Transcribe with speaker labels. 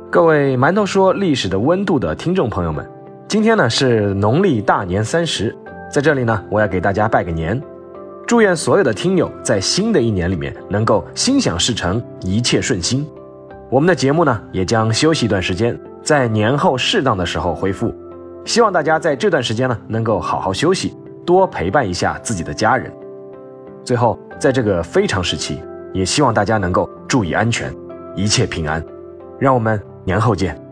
Speaker 1: 各位馒头说历史的温度的听众朋友们，今天呢是农历大年30，在这里呢我要给大家拜个年，祝愿所有的听友在新的一年里面能够心想事成，一切顺心。我们的节目呢也将休息一段时间，在年后适当的时候恢复，希望大家在这段时间呢能够好好休息，多陪伴一下自己的家人。最后在这个非常时期，也希望大家能够注意安全，一切平安。让我们年后见。